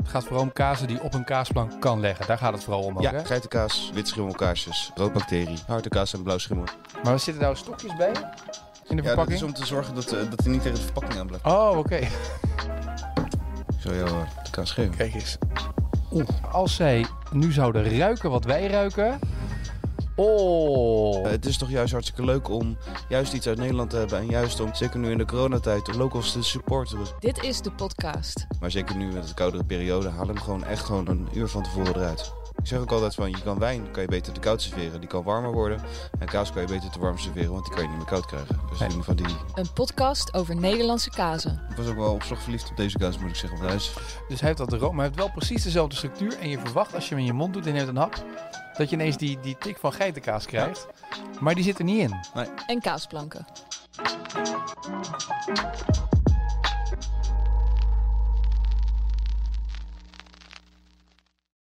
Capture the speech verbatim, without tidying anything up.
Het gaat vooral om kazen die op een kaasplank kan leggen. Daar gaat het vooral om ook, Ja, hè? geitenkaas, wit schimmelkaarsjes, roodbacterie, harde kaas en blauw schimmel. Maar er zitten nou stokjes bij? In de Ja, dat verpakking? is om te zorgen dat, uh, dat hij niet tegen de verpakking aan blijft. Oh, oké. Okay. Ik zal jou uh, de kaas geven. Kijk eens. Oeh. Als zij nu zouden ruiken wat wij ruiken... Oh. Uh, het is toch juist hartstikke leuk om juist iets uit Nederland te hebben. En juist om, zeker nu in de coronatijd, de locals te supporten. Dit is de podcast. Maar zeker nu met de koudere periode, haal hem gewoon echt gewoon een uur van tevoren eruit. Ik zeg ook altijd van, je kan wijn kan je beter te koud serveren. Die kan warmer worden. En kaas kan je beter te warm serveren, want die kan je niet meer koud krijgen. Dus in ieder geval die... Een podcast over Nederlandse kazen. Ik was ook wel op slag verliefd op deze kaas, moet ik zeggen. Want hij is... Dus hij heeft dat room, maar hij heeft wel precies dezelfde structuur. En je verwacht als je hem in je mond doet en je neemt een hap, dat je ineens die, die tik van geitenkaas krijgt. Ja. Maar die zit er niet in. Nee. En kaasplanken.